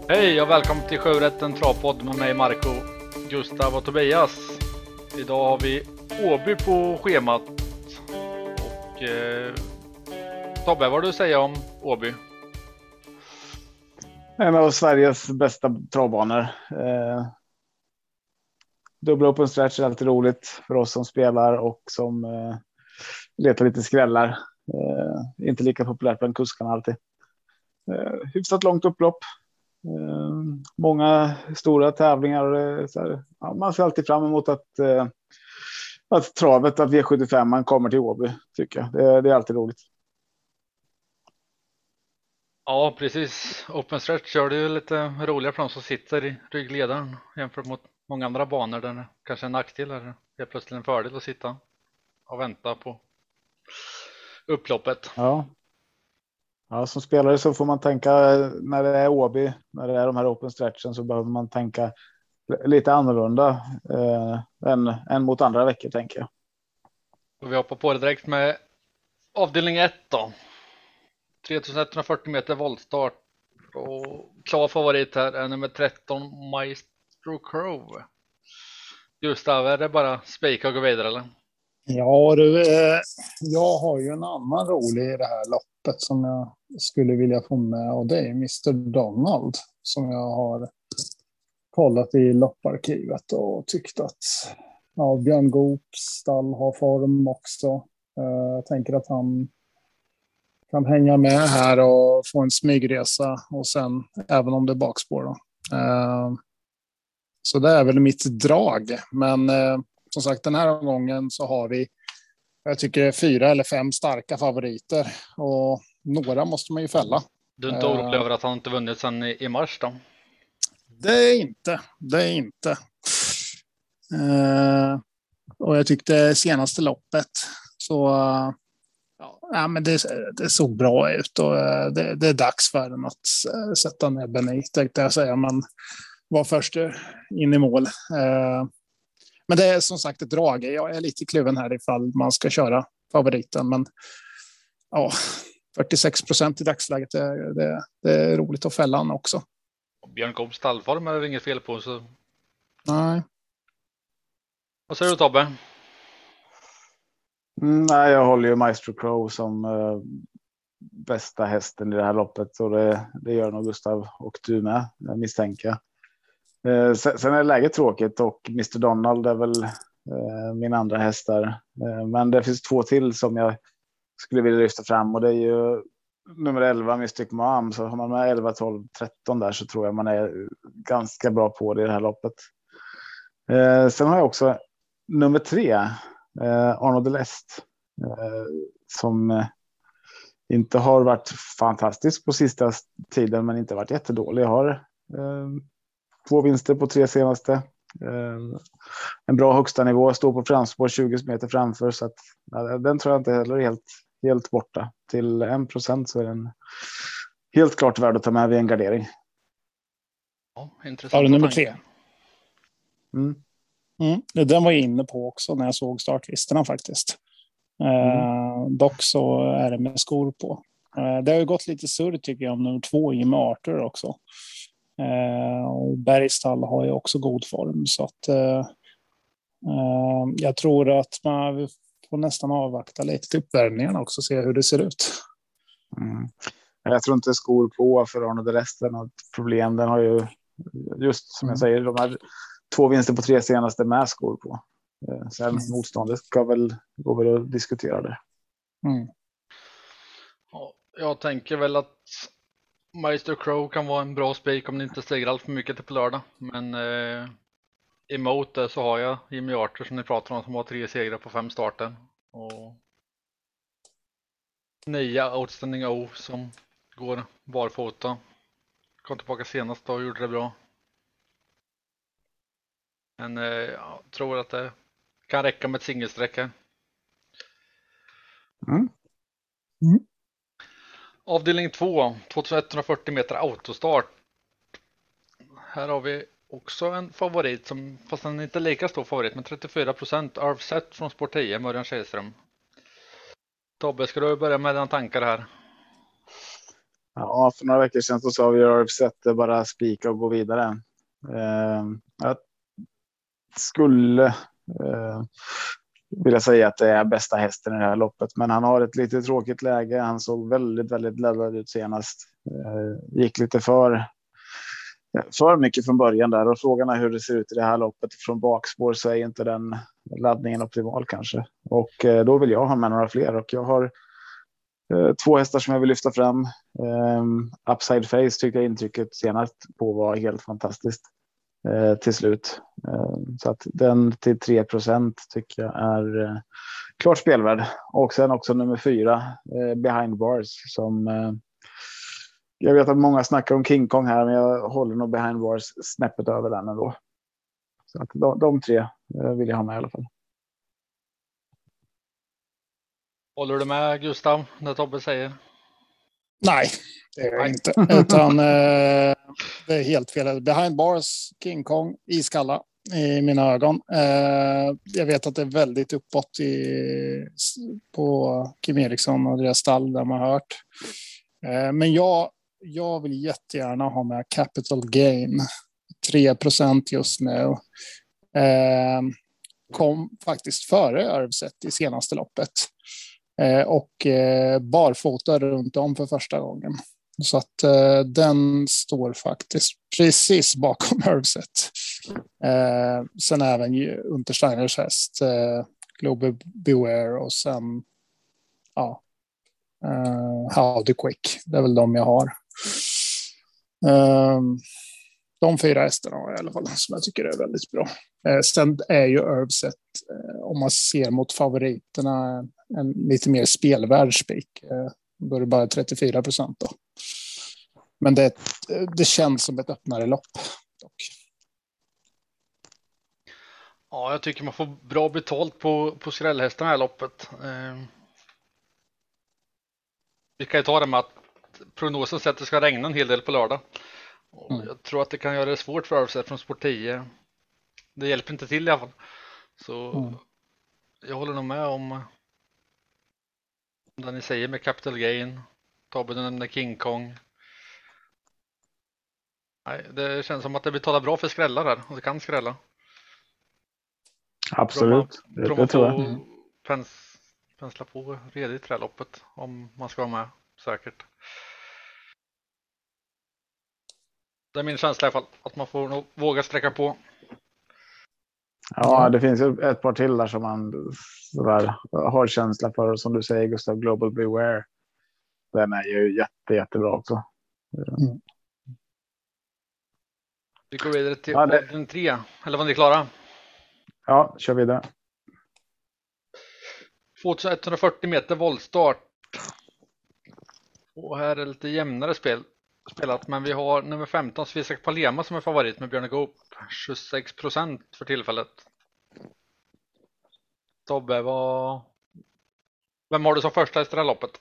Hej och välkommen till Sjörätten Travpodd med mig Marco, Gustav och Tobias. Idag har vi Åby på schemat. Och Tobbe, vad har du att säga om Åby? En av Sveriges bästa travbanor. Dubbla open stretch är alltid roligt för oss som spelar och som letar lite skrällar. Inte lika populärt bland kuskarna alltid. Hyfsat långt upplopp. Många stora tävlingar. Och så här, ja, man ser alltid fram emot att travet, att V75 man kommer till Åby, tycker jag. Det är alltid roligt. Ja, precis. Open stretch gör det ju lite roligare för de som sitter i ryggledaren jämfört mot många andra banor där det kanske är en nackdel eller är plötsligt en fördel att sitta och vänta på upploppet. Ja. Ja, som spelare så får man tänka när det är Åby, när det är de här open stretchen, så behöver man tänka lite annorlunda än mot andra veckor, tänker jag. Och vi hoppar på det direkt med avdelning 1 då. 3140 meter voltstart. Och klar favorit här är nummer 13 Maestro Crow. Gustav, är det bara spika och gå vidare eller? Ja, du, jag har ju en annan rolig i det här loppet som jag skulle vilja få med, och det är Mr. Donald som jag har kollat i lopparkivet och tyckt att Björn Goops stall har form också. Jag tänker att han kan hänga med här och få en smygresa och sen även om det är bakspår då. Så det är väl mitt drag, men som sagt, den här gången så har vi, jag tycker, 4 eller 5 starka favoriter och några måste man ju fälla. Du är inte orolig över att han inte vunnit sedan i mars då? Det är inte. Och jag tyckte senaste loppet så ja, men det såg bra ut och det är dags för den att sätta näbben i, tänkte jag säga, men var först in i mål. Men det är som sagt ett drag. Jag är lite kluven här ifall man ska köra favoriten. Men ja, 46% i dagsläget. Det är roligt att fälla han också. Björn Goops stallform är det inget fel på. Så... Nej. Vad säger du Tobbe? Nej, jag håller ju Maestro Crow som bästa hästen i det här loppet. Och det gör nog Gustav och du med, misstänker jag. Sen är läget tråkigt och Mr. Donald är väl min andra häst där. Men det finns 2 till som jag skulle vilja lyfta fram, och det är ju nummer 11 Mystic Mom. Så har man med 11, 12, 13 där så tror jag man är ganska bra på det i det här loppet. Sen har jag också nummer 3 Arnaud Delest som inte har varit fantastisk på sista tiden, men inte varit jättedålig. Jag har 2 vinster på 3 senaste. En bra högsta nivå, står på framspår 20 meter framför, så att den tror jag inte heller är helt borta. Till 1% så är den helt klart värd att ta med vid en gardering. Ja, intressant. Har du nummer 3? Mm. Den var jag inne på också när jag såg startlistorna faktiskt. Dock så är det med skor på. Det har ju gått lite surr tycker jag om nummer 2 Jimmy Arthur också. Och Bergstall har ju också god form, så att jag tror att man får nästan avvakta lite till uppvärmningen också, se hur det ser ut. Jag tror inte skor på för Arnaud Delest är något problem. Den har ju just som jag säger, de här 2 vinster på 3 senaste med skor på. Sen motståndet ska väl gå väl att diskutera det. Ja, jag tänker väl att Maestro Crow kan vara en bra spik om det inte stiger allt för mycket till på lördag. Men emot det så har jag Jimmy Arthur som ni pratar om, som har 3 segrar på 5 starter. Och 9 Outstanding O som går barfota. Kom tillbaka senast och gjorde det bra. Men jag tror att det kan räcka med ett singelsträck här. Avdelning 2, 2140 meter autostart. Här har vi också en favorit, fast den är inte lika stor favorit, men 34%. Arvset från Sport 10, Mörjan Källström. Tobbe, ska du börja med dina tankar här? Ja, för några veckor sedan så sa vi att bara spika och gå vidare. Jag skulle vilja säga att det är bästa hästen i det här loppet, men han har ett lite tråkigt läge. Han såg väldigt, väldigt laddad ut senast. Gick lite för mycket från början där, och frågan är hur det ser ut i det här loppet. Från bakspår så är inte den laddningen optimal kanske, och då vill jag ha med några fler, och jag har 2 hästar som jag vill lyfta fram. Upside Face tyckte jag intrycket senast på var helt fantastiskt till slut. Så att den till 3% tycker jag är klart spelvärd. Och sen också nummer 4, Behind Bars, som jag vet att många snackar om King Kong här, men jag håller nog Behind Bars snäppet över den ändå. Så att de 3 vill jag ha med i alla fall. Håller du med Gustav när Tobbe säger? Nej, det är jag inte. Utan det är helt fel. Behind Bars, King Kong, iskalla i mina ögon. Jag vet att det är väldigt uppåt på Kim Eriksson och deras stall där man har hört. Men jag vill jättegärna ha med Capital Gain. 3% just nu. Kom faktiskt före Örvset i senaste loppet. Och barfota runt om för första gången. Så att den står faktiskt precis bakom Örvset. Sen även Untersteiners häst, Global Beware, och sen Howdy Quick. Det är väl de jag har. De 4 hästarna har jag i alla fall, som jag tycker är väldigt bra. Sen är ju Örvset, om man ser mot favoriterna, en lite mer spelvärd spik. Då är det bara 34% då. Men det känns som ett öppnare lopp dock. Ja, jag tycker man får bra betalt på skrällhästarna här loppet. Vi kan ju ta det med att prognosen säger att det ska regna en hel del på lördag. Och jag tror att det kan göra det svårt för Örvset från sport 10. Det hjälper inte till i alla fall. Så jag håller nog med om det ni säger med Capital Gain. Tobbe nämnde King Kong. Nej, det känns som att det betalar bra för skrällar här. Och det kan skrälla. Absolut. Det tror jag. Pensla på redigt det här loppet om man ska vara med, säkert. Det är min känsla i alla fall, att man får nog våga sträcka på. Ja, det finns ju ett par till där som man har känsla för. Som du säger, Gustav, Global Beware. Den är ju jättebra också. Vi går vidare till avdelning 3. Eller var ni klara? Ja, kör vidare. 2140 meter voltstart. Och här är lite jämnare spelat. Men vi har nummer 15, Svisak Palema, som är favorit med Björn Goop. 26% för tillfället. Tobbe, vem har du som första i det här loppet?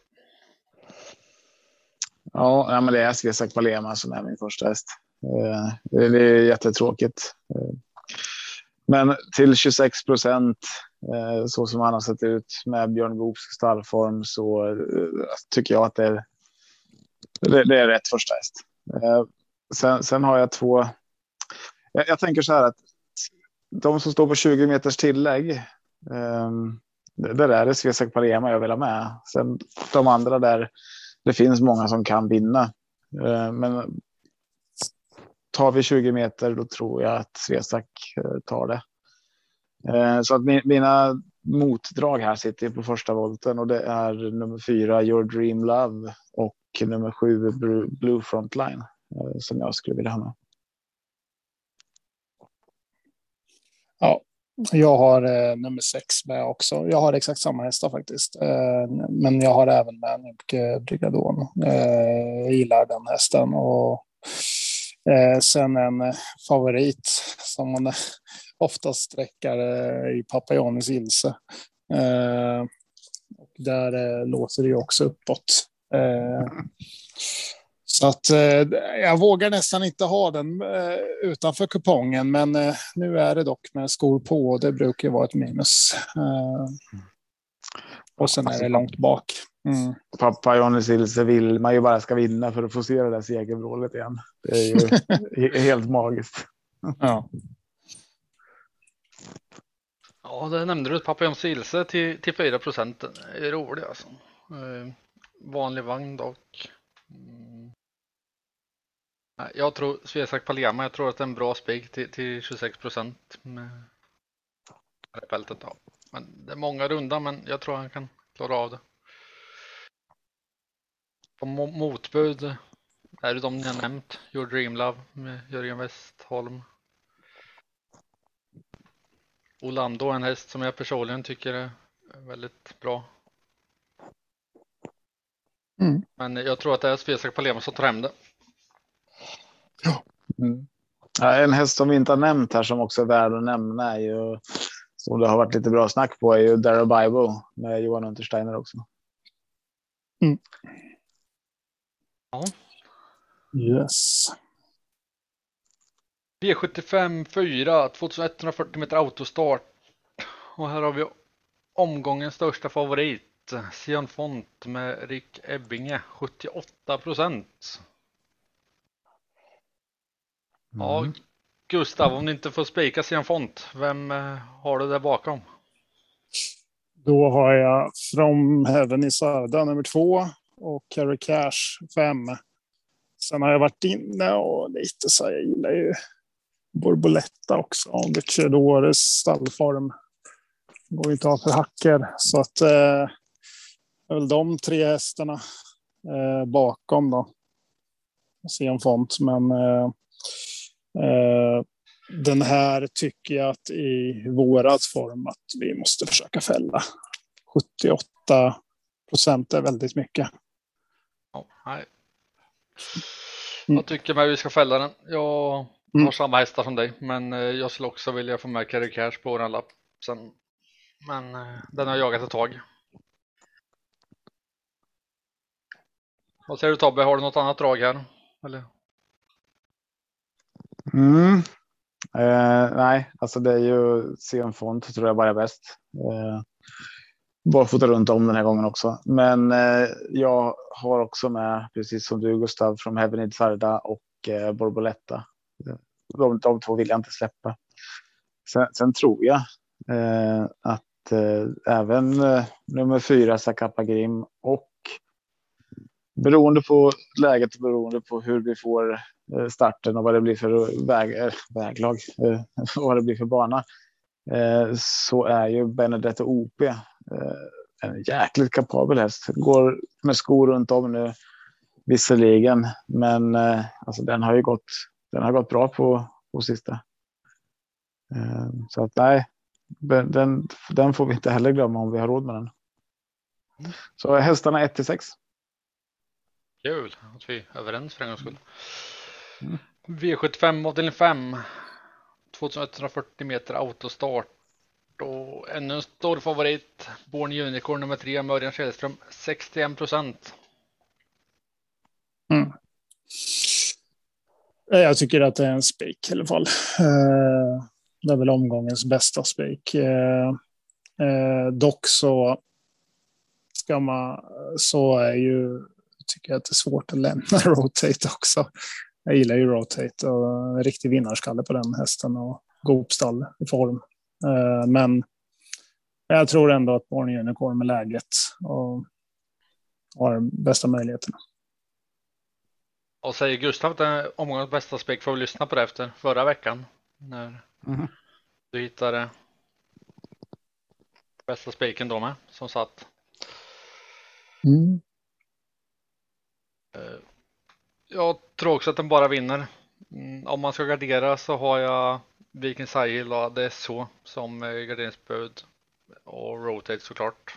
Ja, men det är Svisak Palema som är min första häst. Det är jättetråkigt. Men till 26%, så som han har sett ut med Björn Goops stallform, så tycker jag att det är rätt första häst. Sen har jag 2. Jag tänker så här att de som står på 20 meters tillägg, där är det Svisak Palema jag vill ha med. Sen de andra där, det finns många som kan vinna. Men tar vi 20 meter, då tror jag att Svisak tar det. Så att mina motdrag här sitter på första volten, och det är nummer 4 Your Dream Love och nummer 7 Blue Frontline som jag skulle vilja ha med. Ja, jag har nummer 6 med också. Jag har exakt samma hästar faktiskt. Men jag har även med Nymke Brigadon. Jag gillar den hästen. Och sen en favorit som man oftast sträckar i Papayonis Ilse. Och där låser det ju också uppåt. Så att jag vågar nästan inte ha den utanför kupongen, men nu är det dock med skor på, och det brukar ju vara ett minus. Och sen är det långt bak. Pappa Johnny Silse vill man ju bara ska vinna för att få se det där segerbrålet igen. Det är ju helt magiskt. Ja. Ja, det nämnde du. Pappa Johnny Silse till 4%. Det är roligt alltså. Vanlig vagn dock. Jag tror Svesak Palema, jag tror att det är en bra spik till 26% med fältet då. Men det är många runda, men jag tror han kan klara av det. På motbud är det de ni har nämnt. Your Dream Love med Jörgen Westholm. Orlando, en häst som jag personligen tycker är väldigt bra. Men jag tror att det är Svesak Palema som tar hem det. En häst som vi inte har nämnt här som också är värd att nämna är ju, som det har varit lite bra snack på, är ju Dara Bible med Johan Untersteiner också. Ja. Yes. V75 4, 2140 meter autostart. Och här har vi omgångens största favorit, Sion Font med Rick Ebbinge, 78%. Ja, Gustav, om ni inte får spika Sion Font, vem har du där bakom? Då har jag From Heaven i Sarda nummer 2 och Carry Cash 5. Sen har jag varit inne och lite så jag gillar ju Borboletta också. Vichedores stallform går inte av för hacker. Så att det är väl de 3 hästarna bakom då. Sion Font. Men den här tycker jag att i vårat form att vi måste försöka fälla. 78% är väldigt mycket. Ja, nej. Jag tycker att vi ska fälla den. Jag har samma hästar som dig, men jag skulle också vilja få med Carry Cash på våran lapp sen. Men den har jag jagat ett tag. Vad säger du Tobbe, har du något annat drag här? Eller? Nej, alltså det är ju Sion Font tror jag bara är bäst. Bara fota runt om den här gången också. Men jag har också med, precis som du Gustav, från Heaven in Sarda och Borboletta. De 2 vill jag inte släppa. Sen tror jag att även nummer 4 Sakapa Grim och beroende på läget och beroende på hur vi får starten och vad det blir för väglag vad det blir för bana, så är ju Benedetto OP en jäkligt kapabel häst. Går med skor runt om nu visserligen, men alltså den har gått bra på sista. Så att nej, den får vi inte heller glömma om vi har råd med den. Så hästarna 1-6. Kul att vi är överens för en gångs skull. V75 avdelning 5, 2140 meter autostart. Och ännu en stor favorit, Born Unicorn nummer 3, Mörjan Källström, 61%. Jag tycker att det är en spik i alla fall. Det är väl omgångens bästa spik. Dock så tycker jag att det är svårt att lämna Rotate också. Jag gillar ju Rotate och en riktig vinnarskalle på den hästen och god stall i form. Men jag tror ändå att Born Unicorn med läget och har bästa möjligheterna. Och säger Gustav att det är omgångens bästa spik, får vi lyssna på det efter förra veckan när du hittade bästa spiken då med som satt. Jag tror också att den bara vinner. Om man ska gardera så har jag Viking Sahil och det är så som garderingsbud och Rotate såklart.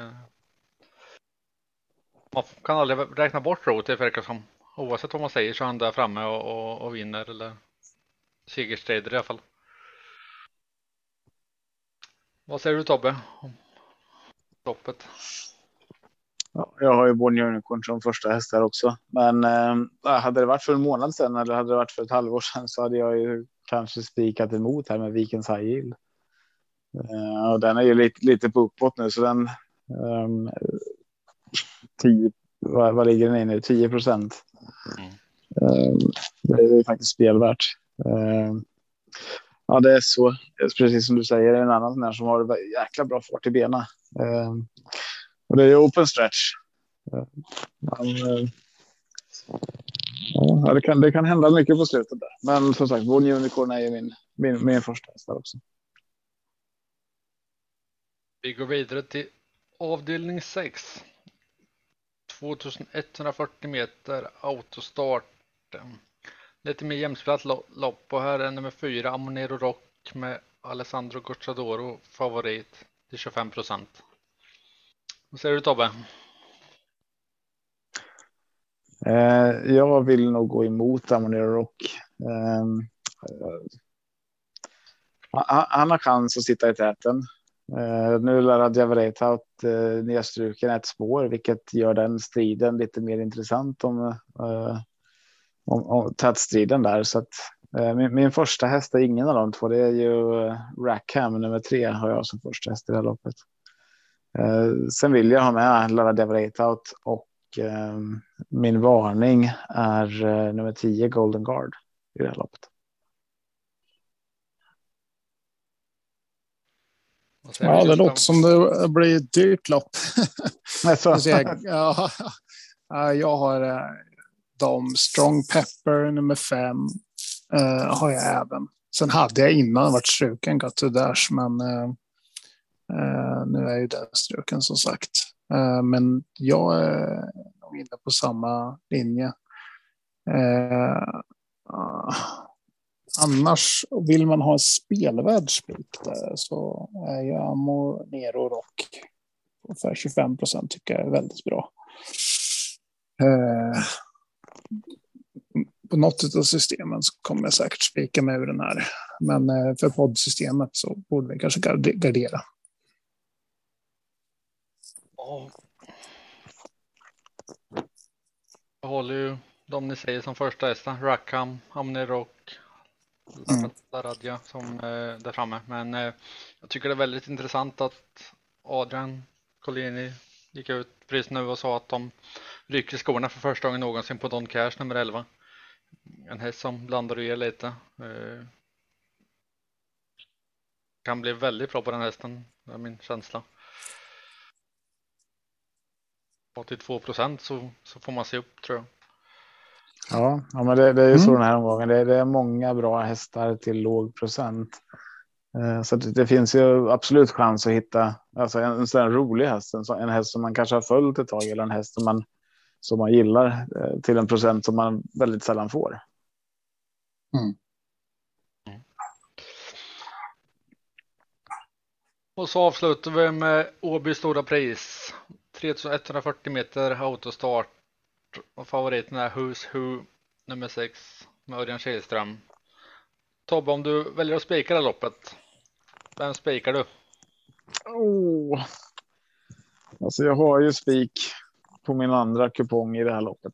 Man kan aldrig räkna bort Rotate verkar som. Oavsett vad man säger så är han där framme och vinner eller segerstrider i alla fall. Vad säger du Tobbe om loppet? Ja, jag har ju Born Unicorn som första häst där också. Men hade det varit för en månad sedan eller hade det varit för ett halvår sedan så hade jag ju kanske spikat emot här med Viking Sahil. Och den är ju lite på uppåt nu så den 10, vad ligger den i nu? 10%. Mm. Det är faktiskt spelvärt. Ja, det är så. Precis som du säger, det är en annan sån här som har jäkla bra fart i benen. Och det är open stretch. Ja, det kan hända mycket på slutet där. Men som sagt, Born Unicorn är ju min första häst också. Vi går vidare till avdelning 6. 2140 meter autostart. Lite mer jämspelat lopp och här är nummer 4 Amonero Rock med Alessandro Gocciadoro favorit till 25%. Vad säger du Tobbe? Jag vill nog gå emot Amonero Rock. Han har chans att sitta i täten. Nu lär Radja Vreitaut nedstruken ett spår, vilket gör den striden lite mer intressant om tätstriden där. Så att, min första häst är ingen av de två. Det är ju Rackham nummer 3 har jag som första häst i det här loppet. Sen vill jag ha med Radja Vreitaut och min varning är nummer 10 Golden Guard i det här loppet. Ja, det låter som det blir ett dyrt lopp. Jag har de Strong Pepper nummer 5 har jag även. Sen hade jag innan varit struken Got to Dash, men nu är ju den struken som sagt. Men jag är nog inne på samma linje. Annars vill man ha en spelvärd spik där så är ju Amonero Rock för 25% tycker jag är väldigt bra. På något av systemen så kommer jag säkert spika med ur den här. Men för poddsystemet så borde vi kanske gardera. Jag håller ju de ni säger som första hästar. Rackham, Amonero Rock, Laradja som där framme. Men jag tycker det är väldigt intressant att Adrian Collini gick ut precis nu och sa att de rycker skorna för första gången någonsin på Don Cash nummer 11. En häst som blandar och ger lite. Kan bli väldigt bra på den hästen, det är min känsla. 82% så får man se upp tror jag. Ja men det är ju så den här omgången. Det är många bra hästar till låg procent. Så det finns ju absolut chans att hitta alltså en sån rolig häst. En häst som man kanske har följt ett tag eller en häst som man gillar till en procent som man väldigt sällan får. Och så avslutar vi med Åby stora pris. 3140 meter autostart. Och favoriten är Who's Who nummer 6 med Örjan Kihlström. Tobbe, om du väljer att spika det loppet, vem spikar du? Alltså jag har ju spik på min andra kupong i det här loppet.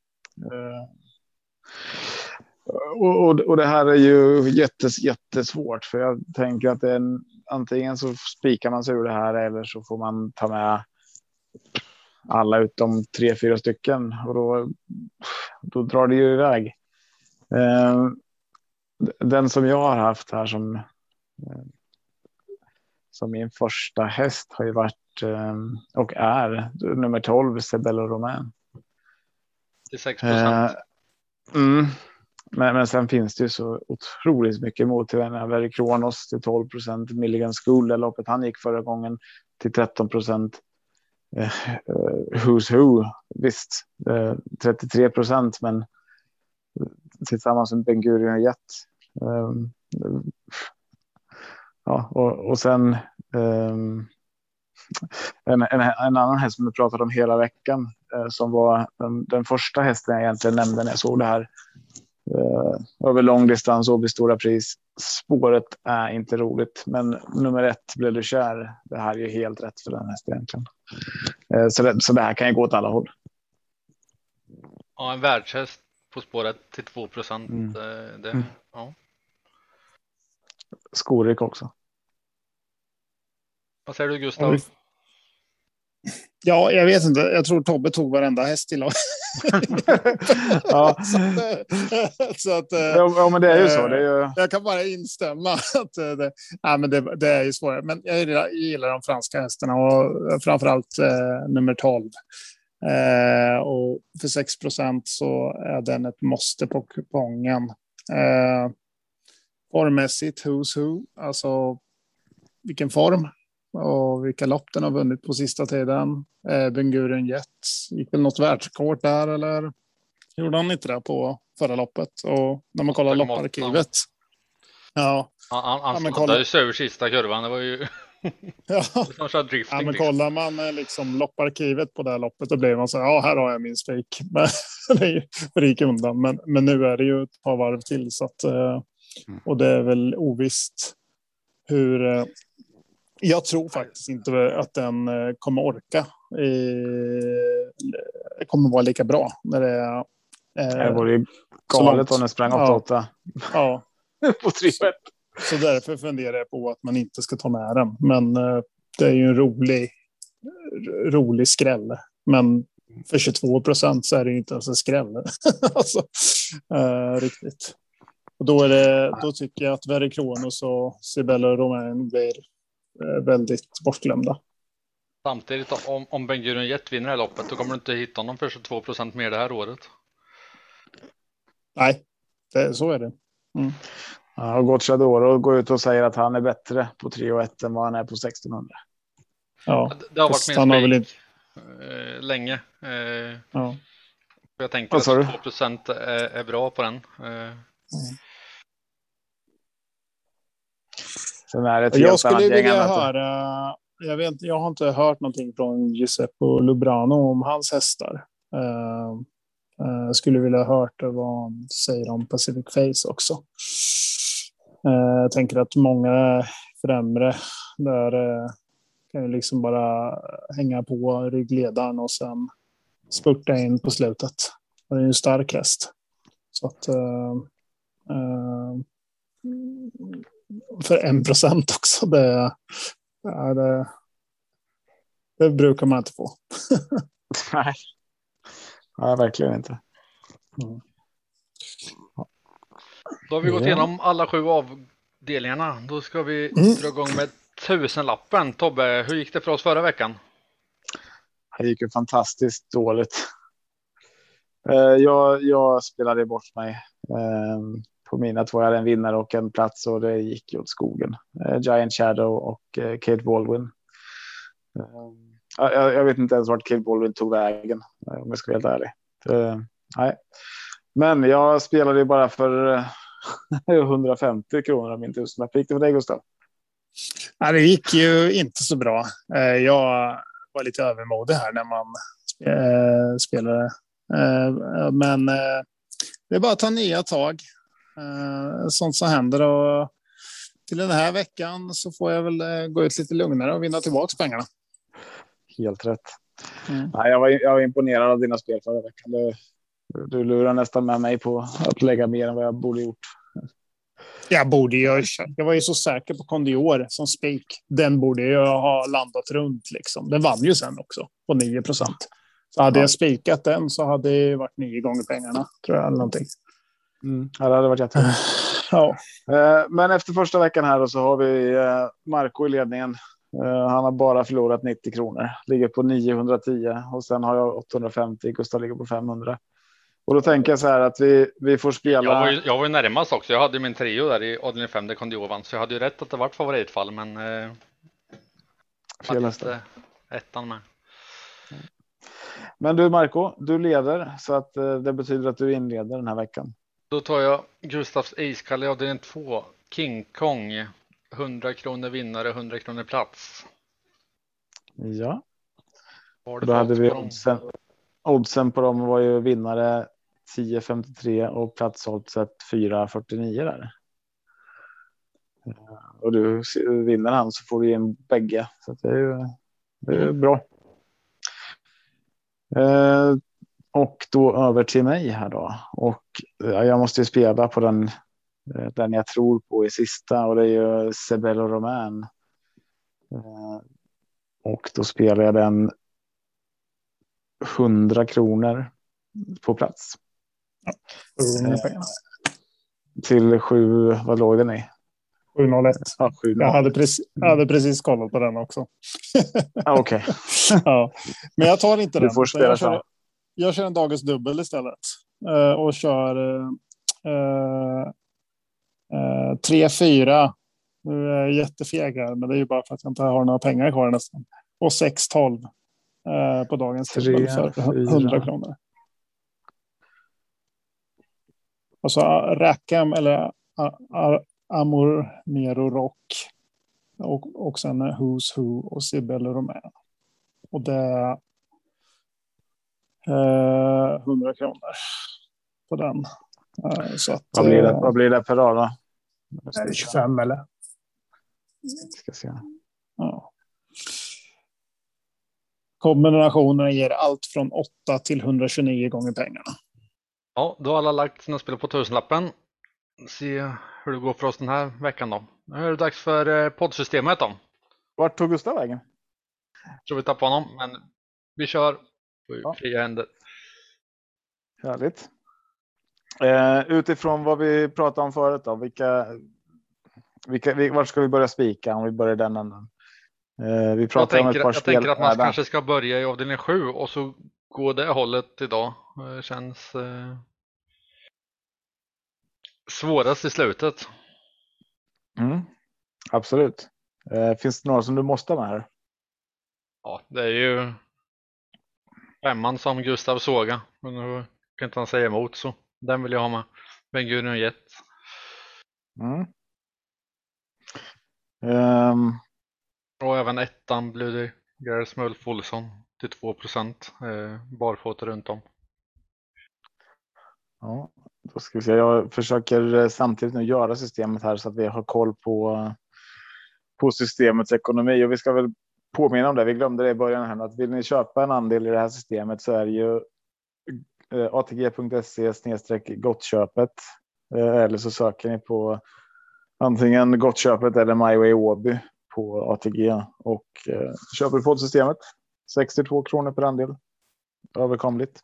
Och det här är ju jättesvårt för jag tänker att det är antingen så spikar man sig ur det här eller så får man ta med alla utom 3-4 stycken och då drar det ju iväg. Den som jag har haft här som min första häst har ju varit och är nummer 12 Sebello Romain. Det är 6%. Men sen finns det ju så otroligt mycket emot till den här Kronos till 12%, Milligan School där loppet han gick förra gången till 13%. Who's Who visst 33% men tillsammans med Ben Gurion Jet. Ja och sen en annan häst som vi pratat om hela veckan som var den första hästen jag egentligen nämnde när jag såg det här över långdistans och vid stora pris. Spåret är inte roligt men nummer 1 blev du kär. Det här är ju helt rätt för den hästen egentligen. Så det här kan ju gå åt alla håll. Ja, en världshäst på spåret till 2%. Ja. Skorik också. Vad säger du Gustav? Ja, jag vet inte. Jag tror Tobbe tog varenda häst i lag. Ja. så att, Ja, men det är ju så. Det är ju... Jag kan bara instämma. Att men det är ju svårare. Men jag gillar de franska hästarna och framförallt nummer 12. Och för 6% så är den ett måste på kupongen. Formmässigt, who's who. Alltså vilken form och vilka lopp den har vunnit på sista tiden. Ben-Gurion Jet, gick väl något världsrekord där eller gjorde han inte det på förra loppet? Och när man kollar lopparkivet. Ja. Han hade ju över sista kurvan, det var ju ja. drifting, men kollar man liksom lopparkivet på det här loppet då blir man så här, här har jag min spik. Men det gick undan. Men nu är det ju ett par varv till så att, och det är väl ovisst hur... Jag tror faktiskt inte att den kommer orka. Kommer vara lika bra när det är... Det vore ju galet om den sprang 8-8. Ja. På 3-1. Så därför funderar jag på att man inte ska ta med den. Men det är ju en rolig skräll. Men för 22% så är det ju inte ens en skräll. alltså, riktigt. Och då tycker jag att Verre Kronos och Sibella Romain blir väldigt bortglömda. Samtidigt om Ben-Gurion Jet vinner det här loppet då kommer du inte hitta honom för 22% mer det här året. Nej, så är det. Ja, och Gocciador och går ut och säger att han är bättre på 3-1 än vad han är på 1600. Ja, det har varit min spik länge. Ja. Jag tänker att 2% är bra på den. Jag skulle vilja höra, jag har inte hört någonting från Giuseppe Lubrano om hans hästar. Jag skulle vilja ha hört vad han säger om Pacific Face också. Jag tänker att många främre där kan ju liksom bara hänga på ryggledaren och sen spurta in på slutet. Det är ju en stark häst. Så att för 1% också det brukar man inte få. Nej. Ja, verkligen inte. Då har vi gått igenom alla 7 avdelningarna. Då ska vi dra igång med 1000-lappen. Tobbe, hur gick det för oss förra veckan? Det gick ju fantastiskt dåligt. Jag spelade bort mig. På mina 2 hade en vinnare och en plats och det gick ju åt skogen. Giant Shadow och Kate Baldwin. Jag vet inte ens vart Kate Baldwin tog vägen om jag ska vara helt ärlig. Nej. Men jag spelade ju bara för 150 kronor av min 1000. Fick det för dig, Gustav? Ja, det gick ju inte så bra. Jag var lite övermodig här när man spelade. Men det är bara att ta nya tag. Sånt som händer och till den här veckan så får jag väl gå ut lite lugnare och vinna tillbaka pengarna. Helt rätt. Nej, jag var imponerad av dina spel förra veckan. Du lurar nästan med mig på att lägga mer än vad jag borde gjort. Jag var ju så säker på Kondior som spik. Den borde jag ha landat runt liksom. Den vann ju sen också på 9%. Så hade jag spikat den så hade det varit 9 gånger pengarna, tror jag, eller någonting. Ja, det hade varit jättebra. Ja. Men efter första veckan här så har vi Marco i ledningen. Han har bara förlorat 90 kronor. Ligger på 910 och sen har jag 850. Gustav ligger på 500. Och då tänker jag så här att vi får spela. Jag var ju närmast också. Jag hade min trio där i avdelning 5 där Kondior vann. Så jag hade ju rätt att det var ett favoritfall. Men fel ettan med. Men du Marco, du leder. Så att det betyder att du inleder den här veckan. Då tar jag Gustavs Iskalle avdelning 2. King Kong. 100 kronor vinnare, 100 kronor plats. Ja. Och då hade vi oddsen på dem var ju vinnare 10,53 och platshållt sett 4,49 där. Och du vinner han så får du in bägge. Så det är bra. Och då över till mig här då. Och jag måste ju spela på den jag tror på i sista och det är ju Sibella Romain. Och då spelar jag den 100 kronor på plats. Pengarna. Till 7, vad låg den i? 701. Ja, 701. Jag hade precis kollat på den också. Okej. Ja. Men jag tar inte Du den. får spela Jag kör en dagens dubbel istället. Och kör 3-4. Nu är jag jättefeg här, men det är ju bara för att jag inte har några pengar kvar nästan. Och 6-12 på dagens dubbel för 100 kronor. Alltså Rackham eller Amor Nero Rock. Och sen Who's Who och Sibel Romän. Och det är 100 kronor på den. Så att, vad blir det per rad då? 25 eller? Ska se. Ja. Kombinationerna ger allt från 8 till 129 gånger pengarna. Ja, då har alla lagt sina spel på tusenlappen. Se hur det går för oss den här veckan då. Nu är det dags för poddsystemet då. Vart tog Gustav vägen? Jag tror vi tappar honom, men vi kör på fria händer. Härligt. Utifrån vad vi pratade om förut då, vart ska vi börja spika om vi börjar den änden? Vi pratar om ett par spel. Jag tänker att man kanske ska börja i avdelning 7 och så gå det hållet idag. Det känns svårast i slutet. Absolut. Finns det några som du måste med här? Ja, det är ju 5:an som Gustav såga. Men nu kan inte han säga emot, så den vill jag ha med. Ben Gurion Jet. Och även 1:an Bloody Gareth Mulf Olsson till 2%. Barfota runt om. Ja, då ska vi se. Jag försöker samtidigt nu göra systemet här så att vi har koll på systemets ekonomi. Och vi ska väl påminna om det. Vi glömde det i början här. Att vill ni köpa en andel i det här systemet så är det ju atg.se/gottköpet. Eller så söker ni på antingen Gottköpet eller MyWay Åby på ATG och köper poddsystemet. 62 kronor per andel. Överkomligt.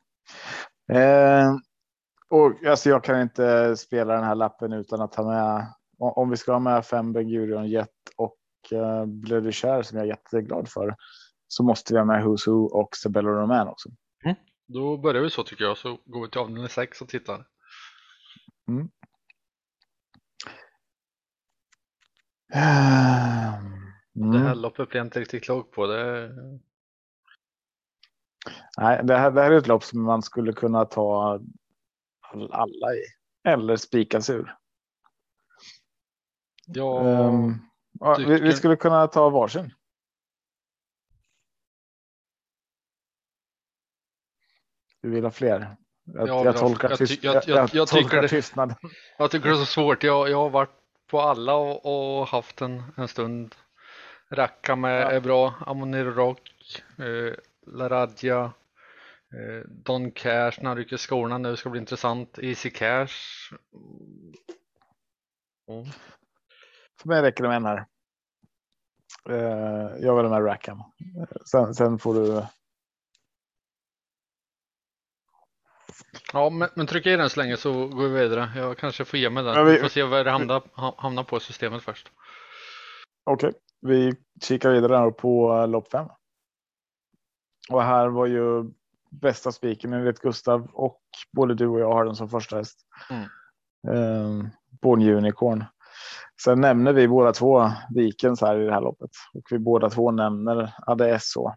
Och alltså jag kan inte spela den här lappen utan att ta med, om vi ska ha med 5 Ben Gurion Jet och Bloody Share som jag är jätteglad för, så måste vi ha med Who's Who och Sibel Romän också. Då börjar vi så tycker jag, så går vi till avdelning 6 och tittar. Det här loppet blir jag inte riktigt klok på det. Nej, det här är ett lopp som man skulle kunna ta alla i. Eller spikas ur. Vi skulle kunna ta varsin. Du vill ha fler? Jag tolkar tystnad. Jag tycker det är så svårt. Jag har varit på alla och haft en stund. Rackham är bra. Amonir Rock. Laradja. Don Cash när han rycker skorna nu ska bli intressant. Easy Cash. För mig räcker det med en här. Jag vill med Rackham. Sen får du... Ja, men trycka i den så länge så går vi vidare. Jag kanske får ge mig den. Vi får se vad det hamnar på systemet först. Okej, vi kikar vidare på lopp 5. Och här var ju bästa spiken enligt Gustav, och både du och jag har den som första häst. Born Unicorn. Sen nämner vi båda två Vikens här i det här loppet. Och vi båda två nämner ADSO.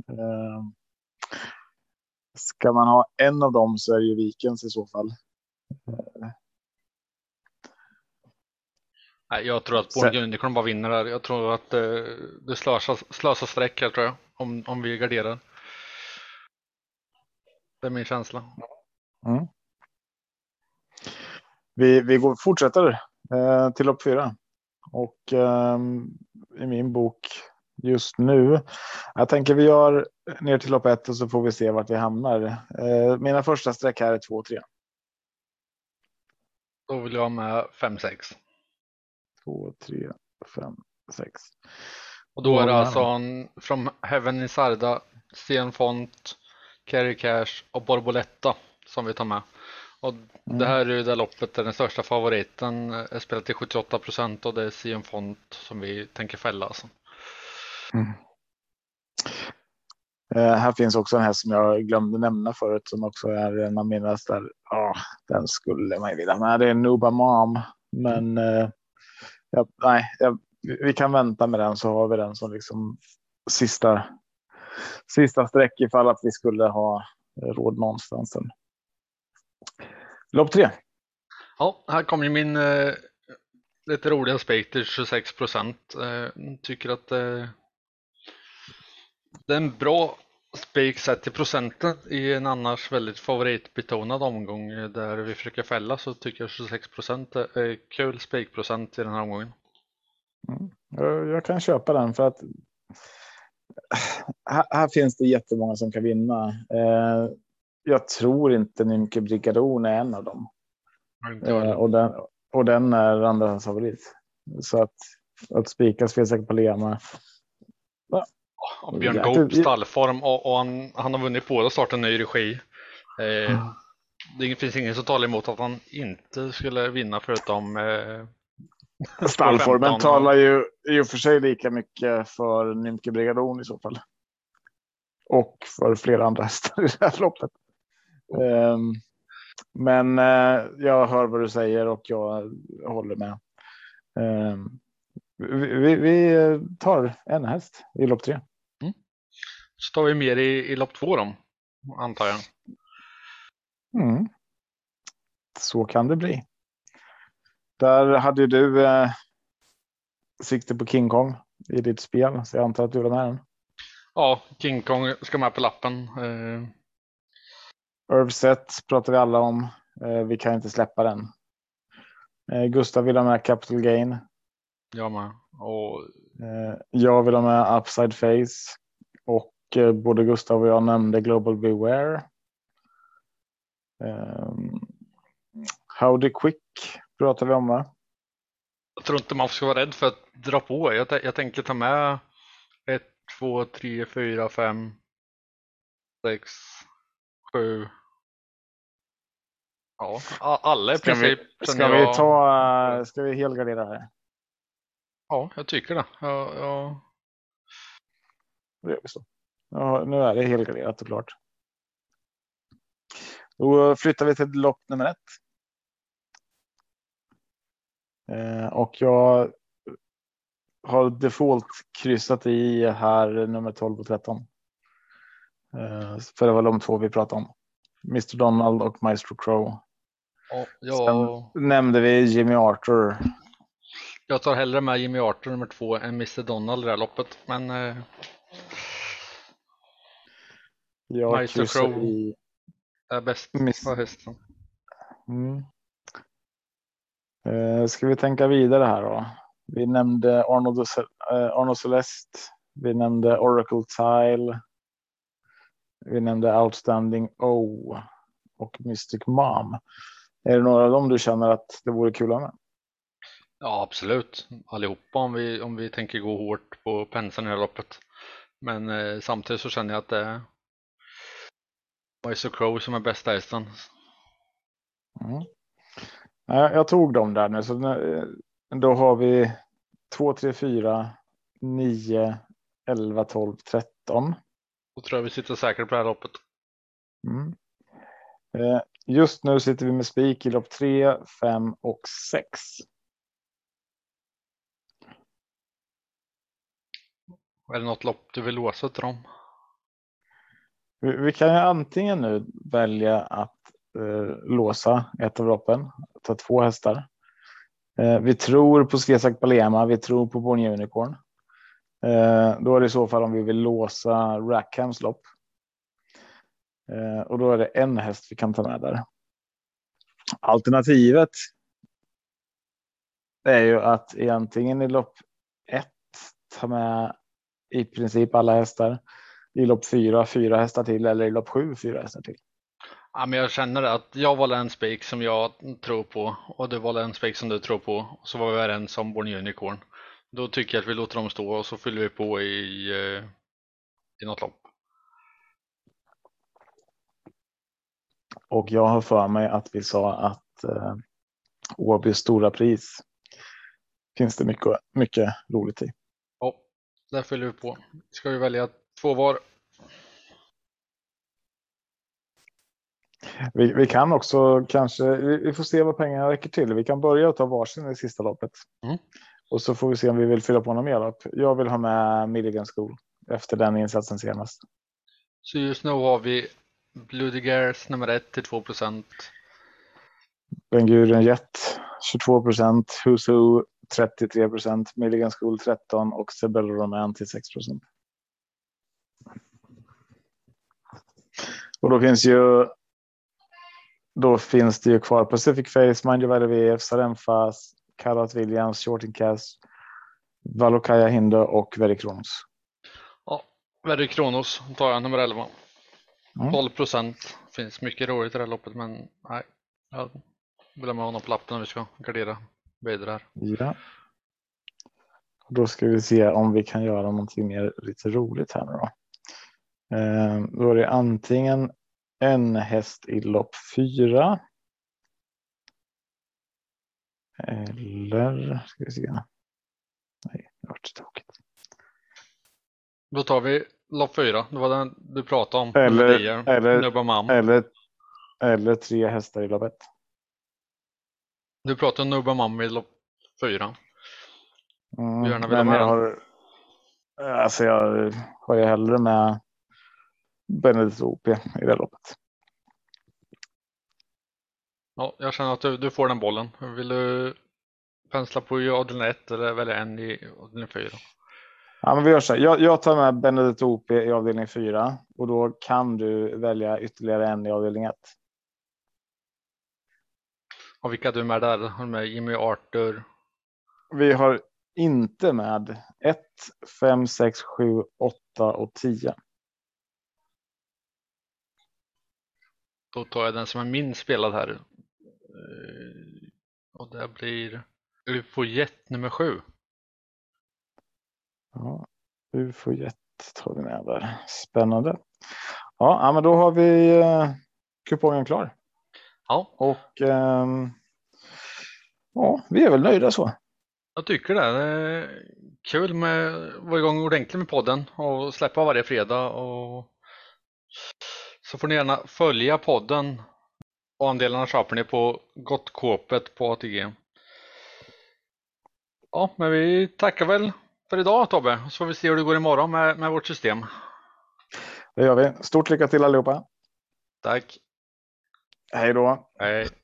Ska man ha en av dem så är det ju Vikens i så fall. Nej, jag tror att Born Unicorn bara vinner där. Jag tror att det slösar sträck här, tror jag. Om vi garderar. Det är min känsla. Vi fortsätter till lopp 4. Och i min bok just nu, jag tänker vi gör ner till lopp 1 och så får vi se vart vi hamnar. Mina första streck här är 2 och 3. Då vill jag med 5-6. 2, 3, 5, 6. Och då är det alltså från Heaven in Sarda, Sten Font, Carry Cash och Borboletta som vi tar med. Och det här är ju det loppet där den största favoriten är spelat till 78% och det är Sion Font som vi tänker fälla alltså. Här finns också en häst som jag glömde nämna förut som också är en av mina där. Ja, den skulle man ju vilja. Men det är Nuba Mom. Men vi kan vänta med den så har vi den som liksom sista sträck ifall att vi skulle ha råd någonstans. Lopp 3. Ja, här kommer ju min lite roliga spik till 26%. Tycker att det är en bra spik sett till procenten i en annars väldigt favoritbetonad omgång där vi försöker fälla, så tycker jag 26% är kul spikprocent i den här omgången. Jag kan köpa den för att här finns det jättemånga som kan vinna. Jag tror inte Nymke Brigadon är en av dem. Och den är andra favorit. Så att spikas finns säkert på Lema. Björn Goop stallform och han har vunnit båda starten i regi. Det finns ingen som talar emot att han inte skulle vinna förutom stallformen talar ju i och för sig lika mycket för Nymke Brigadon i så fall. Och för flera andra hästar i det här loppet. Men jag hör vad du säger och jag håller med. Vi tar en häst i lopp 3. Så tar vi mer i lopp 2 då, antar jag. Så kan det bli. Där hade du sikte på King Kong i ditt spel, så jag antar att du var med den. Ja, King Kong ska med på lappen. Irvset pratar vi alla om. Vi kan inte släppa den. Gustav vill ha med Capital Gain. Jag med. Och jag vill ha med Upside Face. Och både Gustav och jag nämnde Global Beware. Howdy Quick pratar vi om, va? Jag tror inte man ska vara rädd för att dra på. Jag tänker ta med 1, 2, 3, 4, 5, 6, 7. Ja, alla i princip. Ska vi helgardera här? Ja, jag tycker det. Det gör vi så. Ja, nu är det helgarderat såklart. Då flyttar vi till lopp nummer 1. Och jag har default kryssat i här nummer 12 och 13. För det var de två vi pratade om. Mr. Donald och Maestro Crow. Sen nämnde vi Jimmy Arthur. Jag tar hellre med Jimmy Arthur nummer 2 än Mr. Donald i det här loppet. Men Maestro Crow är bäst på hästen. Ska vi tänka vidare här då? Vi nämnde Arnold Celeste. Vi nämnde Oracle Tile. Vi nämnde Outstanding O och Mystic Mom. Är det några av dem du känner att det vore kul med? Ja, absolut. Allihopa om vi tänker gå hårt på penseln i det här loppet. Men samtidigt så känner jag att det är Maestro Crow som är bästa hästen. Jag tog dem där nu. Så då har vi 2, 3, 4, 9, 11, 12, 13. Då tror jag vi sitter säkert på det här loppet. Just nu sitter vi med spik i lopp 3, 5 och 6. Är det något lopp du vill låsa till dem? Vi kan ju antingen nu välja att låsa ett av loppen. Ta 2 hästar. Vi tror på Svesak Palema. Vi tror på Born Unicorn. Då är det i så fall om vi vill låsa Rackhams lopp. Och då är det en häst vi kan ta med där. Alternativet är ju att egentligen i lopp 1 ta med i princip alla hästar. I lopp 4 hästar till, eller i lopp 7 4 hästar till. Ja, men jag känner att jag valde en spik som jag tror på och du valde en spik som du tror på, och så var vi överens om Born Unicorn. Då tycker jag att vi låter dem stå och så fyller vi på i något lopp. Och jag har för mig att vi sa att Åbys stora pris finns det mycket roligt i. Ja, där fyller vi på. Ska vi välja 2 var. Vi kan också kanske, vi får se vad pengarna räcker till. Vi kan börja ta varsin i sista loppet. Och så får vi se om vi vill fylla på något mer lopp. Jag vill ha med Milligan School efter den insatsen senast. Så just nu har vi Bloody Gares nummer 1 till 2%. Ben-Gurion Jet 22%, Who's Who 33%, Milligan School 13% och Sebello Roman till 6%. Och då finns det ju kvar Pacific Face, Mind Your VF, Sarenfas, Karat Williams, Shorting Cast, Valokaya Hinde och Very Kronos. Ja, Very Kronos tar jag nummer 11. 12%. Finns mycket roligt i det här loppet, men nej. Jag glömmer honom på lappen när vi ska gardera vidare här. Ja. Då ska vi se om vi kan göra någonting mer lite roligt här nu då. Då är det antingen en häst i lopp 4. Eller ska vi se. Nej, det var tråkigt. Då tar vi lopp 4. Det var den du pratade om. Eller 3 hästar i lopp 1. Du pratade om Nubba Mam i lopp 4. Men jag har ju hellre med Benedict OP i det loppet. Ja, jag känner att du får den bollen. Vill du pensla på i avdelning 1 eller välja en i avdelning 4? Ja, men vi gör så här. Jag tar med Benedict OP i avdelning 4 och då kan du välja ytterligare en i avdelning 1. Och vilka är du med där? Har du med Jimmy Arthur? Vi har inte med 1, 5, 6, 7, 8 och 10. Då tar jag den som är min spelad här. Och det blir UFO Jet nummer 7. Ja, UFO Jet tar vi med där. Spännande. Ja, men då har vi kupongen klar. Ja. Och vi är väl nöjda så. Jag tycker det. Det är kul med att vara igång ordentligt med podden och släppa varje fredag. Och så får ni gärna följa podden. Och andelarna köper ni på Gottkåpet på ATG. Ja, men vi tackar väl för idag, Tobbe. Så får vi se hur det går imorgon med vårt system. Det gör vi. Stort lycka till allihopa. Tack. Hej då. Hej.